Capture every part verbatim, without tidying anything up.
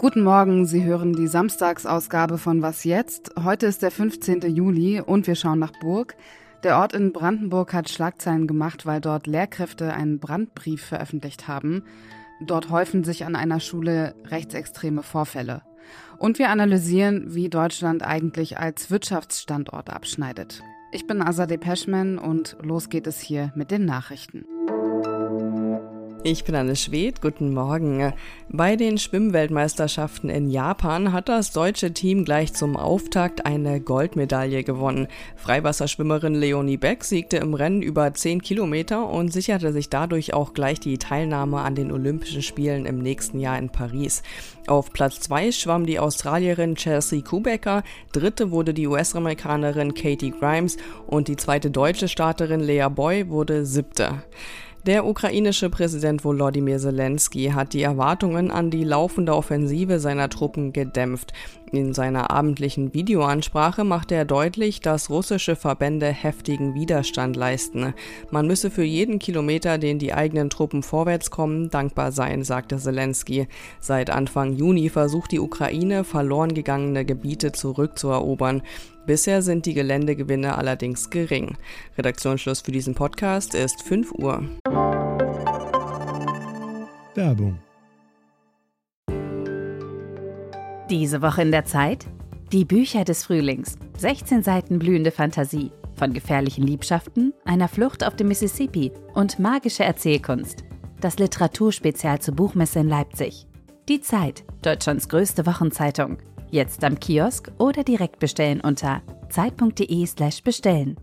Guten Morgen, Sie hören die Samstagsausgabe von Was jetzt? Heute ist der fünfzehnten Juli und wir schauen nach Burg. Der Ort in Brandenburg hat Schlagzeilen gemacht, weil dort Lehrkräfte einen Brandbrief veröffentlicht haben. Dort häufen sich an einer Schule rechtsextreme Vorfälle. Und wir analysieren, wie Deutschland eigentlich als Wirtschaftsstandort abschneidet. Ich bin Azadeh Peschman und los geht es hier mit den Nachrichten. Ich bin Anne Schwedt, guten Morgen. Bei den Schwimmweltmeisterschaften in Japan hat das deutsche Team gleich zum Auftakt eine Goldmedaille gewonnen. Freiwasserschwimmerin Leonie Beck siegte im Rennen über zehn Kilometer und sicherte sich dadurch auch gleich die Teilnahme an den Olympischen Spielen im nächsten Jahr in Paris. Auf Platz zwei schwamm die Australierin Chelsea Kubecker, dritte wurde die U S-Amerikanerin Katie Grimes und die zweite deutsche Starterin Lea Boy wurde siebte. Der ukrainische Präsident Volodymyr Zelensky hat die Erwartungen an die laufende Offensive seiner Truppen gedämpft. In seiner abendlichen Videoansprache machte er deutlich, dass russische Verbände heftigen Widerstand leisten. Man müsse für jeden Kilometer, den die eigenen Truppen vorwärts kommen, dankbar sein, sagte Zelensky. Seit Anfang Juni versucht die Ukraine, verloren gegangene Gebiete zurückzuerobern. Bisher sind die Geländegewinne allerdings gering. Redaktionsschluss für diesen Podcast ist fünf Uhr. Werbung. Diese Woche in der Zeit? Die Bücher des Frühlings. sechzehn Seiten blühende Fantasie. Von gefährlichen Liebschaften, einer Flucht auf dem Mississippi und magische Erzählkunst. Das Literaturspezial zur Buchmesse in Leipzig. Die Zeit, Deutschlands größte Wochenzeitung. Jetzt am Kiosk oder direkt bestellen unter zeit.de slash bestellen.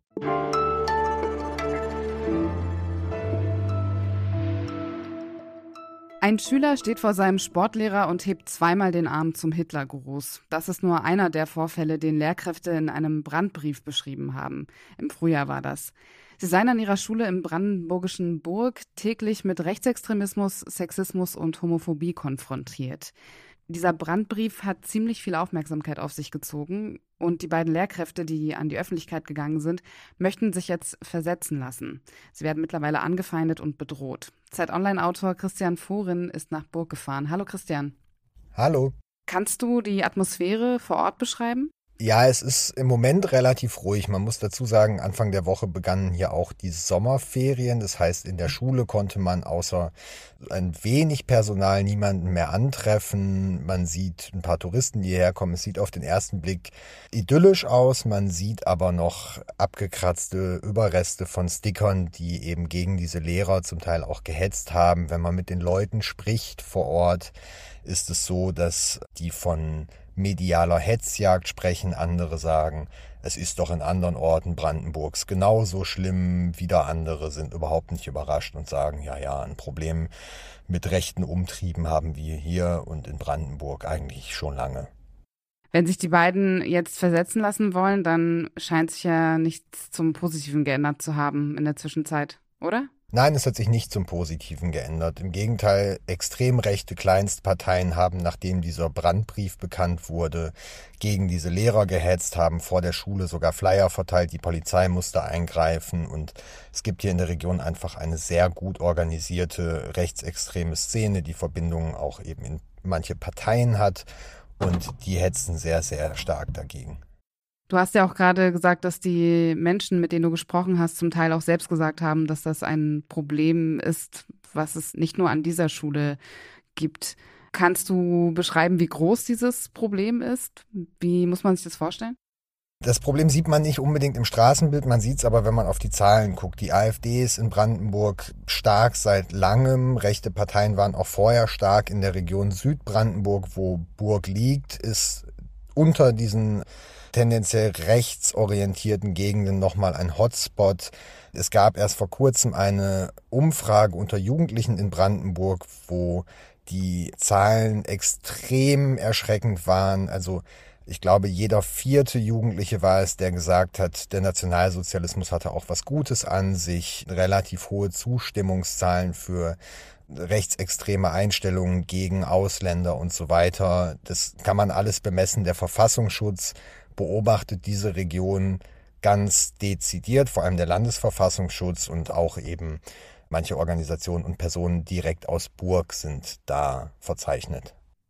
Ein Schüler steht vor seinem Sportlehrer und hebt zweimal den Arm zum Hitlergruß. Das ist nur einer der Vorfälle, den Lehrkräfte in einem Brandbrief beschrieben haben. Im Frühjahr war das. Sie seien an ihrer Schule im brandenburgischen Burg täglich mit Rechtsextremismus, Sexismus und Homophobie konfrontiert. Dieser Brandbrief hat ziemlich viel Aufmerksamkeit auf sich gezogen und die beiden Lehrkräfte, die an die Öffentlichkeit gegangen sind, möchten sich jetzt versetzen lassen. Sie werden mittlerweile angefeindet und bedroht. Zeit-Online-Autor Christian Forin ist nach Burg gefahren. Hallo Christian. Hallo. Kannst du die Atmosphäre vor Ort beschreiben? Ja, es ist im Moment relativ ruhig. Man muss dazu sagen, Anfang der Woche begannen hier auch die Sommerferien. Das heißt, in der Schule konnte man außer ein wenig Personal niemanden mehr antreffen. Man sieht ein paar Touristen, die hierher kommen. Es sieht auf den ersten Blick idyllisch aus. Man sieht aber noch abgekratzte Überreste von Stickern, die eben gegen diese Lehrer zum Teil auch gehetzt haben. Wenn man mit den Leuten spricht vor Ort, ist es so, dass die von medialer Hetzjagd sprechen. Andere sagen, es ist doch in anderen Orten Brandenburgs genauso schlimm. Wieder andere sind überhaupt nicht überrascht und sagen, ja, ja, ein Problem mit rechten Umtrieben haben wir hier und in Brandenburg eigentlich schon lange. Wenn sich die beiden jetzt versetzen lassen wollen, dann scheint sich ja nichts zum Positiven geändert zu haben in der Zwischenzeit, oder? Nein, es hat sich nicht zum Positiven geändert. Im Gegenteil, extrem rechte Kleinstparteien haben, nachdem dieser Brandbrief bekannt wurde, gegen diese Lehrer gehetzt, haben vor der Schule sogar Flyer verteilt, die Polizei musste eingreifen und es gibt hier in der Region einfach eine sehr gut organisierte rechtsextreme Szene, die Verbindungen auch eben in manche Parteien hat und die hetzen sehr, sehr stark dagegen. Du hast ja auch gerade gesagt, dass die Menschen, mit denen du gesprochen hast, zum Teil auch selbst gesagt haben, dass das ein Problem ist, was es nicht nur an dieser Schule gibt. Kannst du beschreiben, wie groß dieses Problem ist? Wie muss man sich das vorstellen? Das Problem sieht man nicht unbedingt im Straßenbild, man sieht es aber, wenn man auf die Zahlen guckt. Die AfD ist in Brandenburg stark seit langem. Rechte Parteien waren auch vorher stark. In der Region Südbrandenburg, wo Burg liegt, ist unter diesen tendenziell rechtsorientierten Gegenden nochmal ein Hotspot. Es gab erst vor kurzem eine Umfrage unter Jugendlichen in Brandenburg, wo die Zahlen extrem erschreckend waren. Also ich glaube, jeder vierte Jugendliche war es, der gesagt hat, der Nationalsozialismus hatte auch was Gutes an sich. Relativ hohe Zustimmungszahlen für rechtsextreme Einstellungen gegen Ausländer und so weiter. Das kann man alles bemessen. Der Verfassungsschutz beobachtet diese Region ganz dezidiert, vor allem der Landesverfassungsschutz und auch eben manche Organisationen und Personen direkt aus Burg sind da verzeichnet.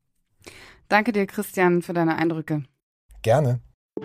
Danke dir, Christian, für deine Eindrücke. Gerne.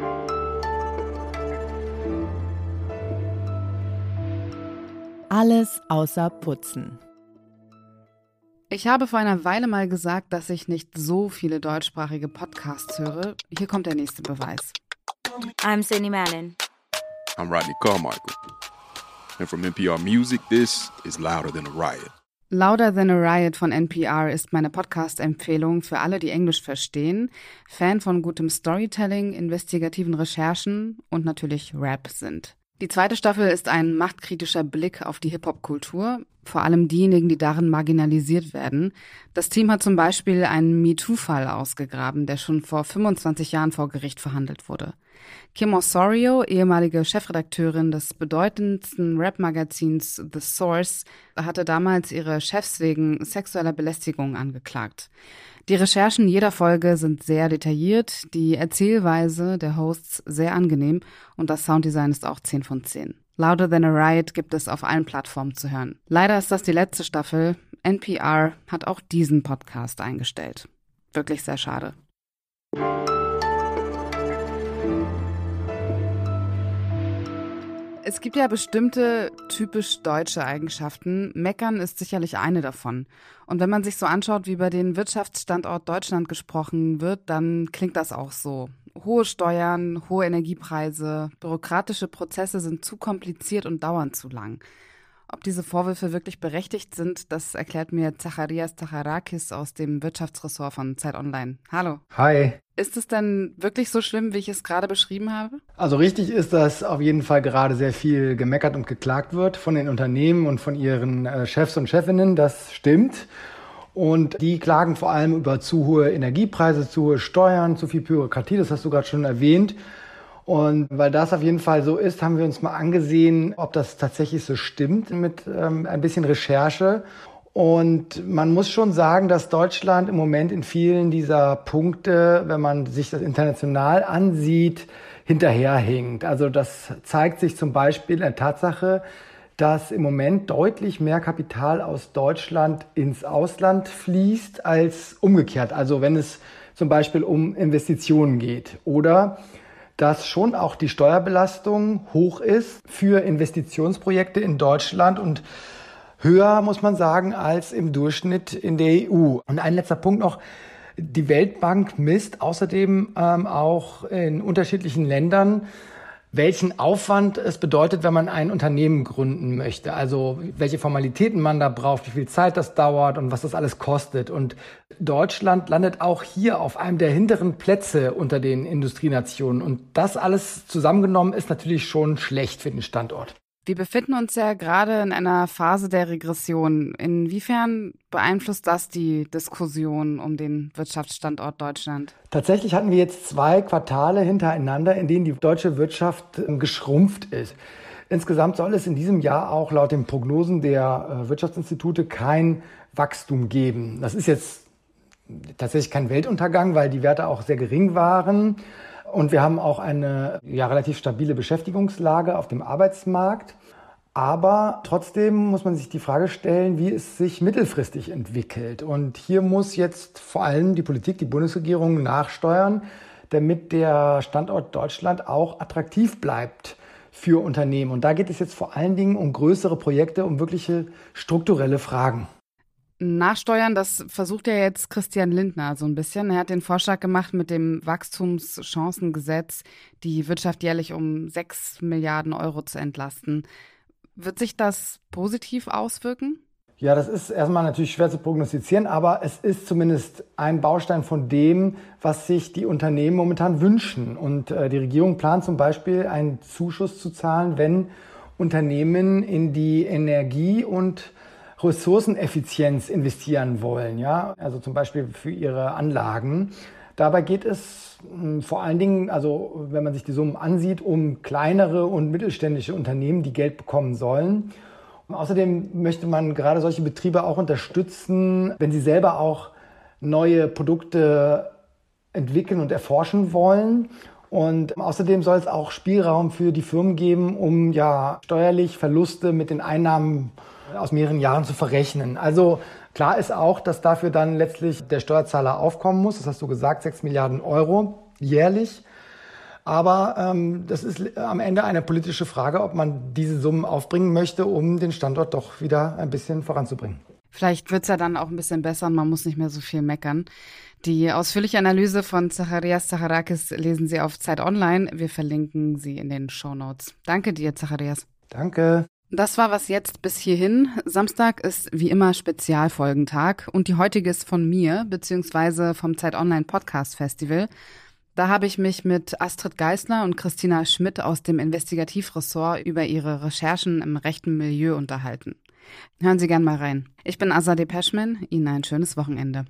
Alles außer Putzen. Ich habe vor einer Weile mal gesagt, dass ich nicht so viele deutschsprachige Podcasts höre. Hier kommt der nächste Beweis. I'm Cindy Manning. I'm Rodney Carmichael. And from N P R Music, this is Louder Than a Riot. Louder Than a Riot von N P R ist meine Podcast-Empfehlung für alle, die Englisch verstehen, Fan von gutem Storytelling, investigativen Recherchen und natürlich Rap sind. Die zweite Staffel ist ein machtkritischer Blick auf die Hip-Hop-Kultur, vor allem diejenigen, die darin marginalisiert werden. Das Team hat zum Beispiel einen MeToo-Fall ausgegraben, der schon vor fünfundzwanzig Jahren vor Gericht verhandelt wurde. Kim Osorio, ehemalige Chefredakteurin des bedeutendsten Rap-Magazins The Source, hatte damals ihre Chefs wegen sexueller Belästigung angeklagt. Die Recherchen jeder Folge sind sehr detailliert, die Erzählweise der Hosts sehr angenehm und das Sounddesign ist auch zehn von zehn. Louder Than a Riot gibt es auf allen Plattformen zu hören. Leider ist das die letzte Staffel. N P R hat auch diesen Podcast eingestellt. Wirklich sehr schade. Es gibt ja bestimmte typisch deutsche Eigenschaften. Meckern ist sicherlich eine davon. Und wenn man sich so anschaut, wie über den Wirtschaftsstandort Deutschland gesprochen wird, dann klingt das auch so. Hohe Steuern, hohe Energiepreise, bürokratische Prozesse sind zu kompliziert und dauern zu lang. Ob diese Vorwürfe wirklich berechtigt sind, das erklärt mir Zacharias Tacharakis aus dem Wirtschaftsressort von Zeit Online. Hallo. Hi. Ist es denn wirklich so schlimm, wie ich es gerade beschrieben habe? Also richtig ist, dass auf jeden Fall gerade sehr viel gemeckert und geklagt wird von den Unternehmen und von ihren äh, Chefs und Chefinnen. Das stimmt. Und die klagen vor allem über zu hohe Energiepreise, zu hohe Steuern, zu viel Bürokratie. Das hast du gerade schon erwähnt. Und weil das auf jeden Fall so ist, haben wir uns mal angesehen, ob das tatsächlich so stimmt mit ähm, ein bisschen Recherche. Und man muss schon sagen, dass Deutschland im Moment in vielen dieser Punkte, wenn man sich das international ansieht, hinterherhinkt. Also das zeigt sich zum Beispiel in der Tatsache, dass im Moment deutlich mehr Kapital aus Deutschland ins Ausland fließt als umgekehrt. Also wenn es zum Beispiel um Investitionen geht oder dass schon auch die Steuerbelastung hoch ist für Investitionsprojekte in Deutschland und höher, muss man sagen, als im Durchschnitt in der E U. Und ein letzter Punkt noch. Die Weltbank misst außerdem ähm, auch in unterschiedlichen Ländern, welchen Aufwand es bedeutet, wenn man ein Unternehmen gründen möchte. Also welche Formalitäten man da braucht, wie viel Zeit das dauert und was das alles kostet. Und Deutschland landet auch hier auf einem der hinteren Plätze unter den Industrienationen. Und das alles zusammengenommen ist natürlich schon schlecht für den Standort. Wir befinden uns ja gerade in einer Phase der Regression. Inwiefern beeinflusst das die Diskussion um den Wirtschaftsstandort Deutschland? Tatsächlich hatten wir jetzt zwei Quartale hintereinander, in denen die deutsche Wirtschaft geschrumpft ist. Insgesamt soll es in diesem Jahr auch laut den Prognosen der Wirtschaftsinstitute kein Wachstum geben. Das ist jetzt tatsächlich kein Weltuntergang, weil die Werte auch sehr gering waren. Und wir haben auch eine ja, relativ stabile Beschäftigungslage auf dem Arbeitsmarkt. Aber trotzdem muss man sich die Frage stellen, wie es sich mittelfristig entwickelt. Und hier muss jetzt vor allem die Politik, die Bundesregierung nachsteuern, damit der Standort Deutschland auch attraktiv bleibt für Unternehmen. Und da geht es jetzt vor allen Dingen um größere Projekte, um wirkliche strukturelle Fragen. Nachsteuern, das versucht ja jetzt Christian Lindner so ein bisschen. Er hat den Vorschlag gemacht, mit dem Wachstumschancengesetz die Wirtschaft jährlich um sechs Milliarden Euro zu entlasten. Wird sich das positiv auswirken? Ja, das ist erstmal natürlich schwer zu prognostizieren, aber es ist zumindest ein Baustein von dem, was sich die Unternehmen momentan wünschen. Und äh, die Regierung plant zum Beispiel, einen Zuschuss zu zahlen, wenn Unternehmen in die Energie- und Ressourceneffizienz investieren wollen, ja, also zum Beispiel für ihre Anlagen. Dabei geht es mh, vor allen Dingen, also wenn man sich die Summen ansieht, um kleinere und mittelständische Unternehmen, die Geld bekommen sollen. Und außerdem möchte man gerade solche Betriebe auch unterstützen, wenn sie selber auch neue Produkte entwickeln und erforschen wollen. Und außerdem soll es auch Spielraum für die Firmen geben, um ja steuerlich Verluste mit den Einnahmen aus mehreren Jahren zu verrechnen. Also klar ist auch, dass dafür dann letztlich der Steuerzahler aufkommen muss. Das hast du gesagt, sechs Milliarden Euro jährlich. Aber ähm, das ist am Ende eine politische Frage, ob man diese Summen aufbringen möchte, um den Standort doch wieder ein bisschen voranzubringen. Vielleicht wird's ja dann auch ein bisschen besser und man muss nicht mehr so viel meckern. Die ausführliche Analyse von Zacharias Zacharakis lesen Sie auf Zeit Online. Wir verlinken sie in den Shownotes. Danke dir, Zacharias. Danke. Das war was jetzt bis hierhin. Samstag ist wie immer Spezialfolgentag und die heutige ist von mir, beziehungsweise vom Zeit Online Podcast Festival. Da habe ich mich mit Astrid Geisler und Christina Schmidt aus dem Investigativressort über ihre Recherchen im rechten Milieu unterhalten. Hören Sie gern mal rein. Ich bin Azadeh Peschman. Ihnen ein schönes Wochenende.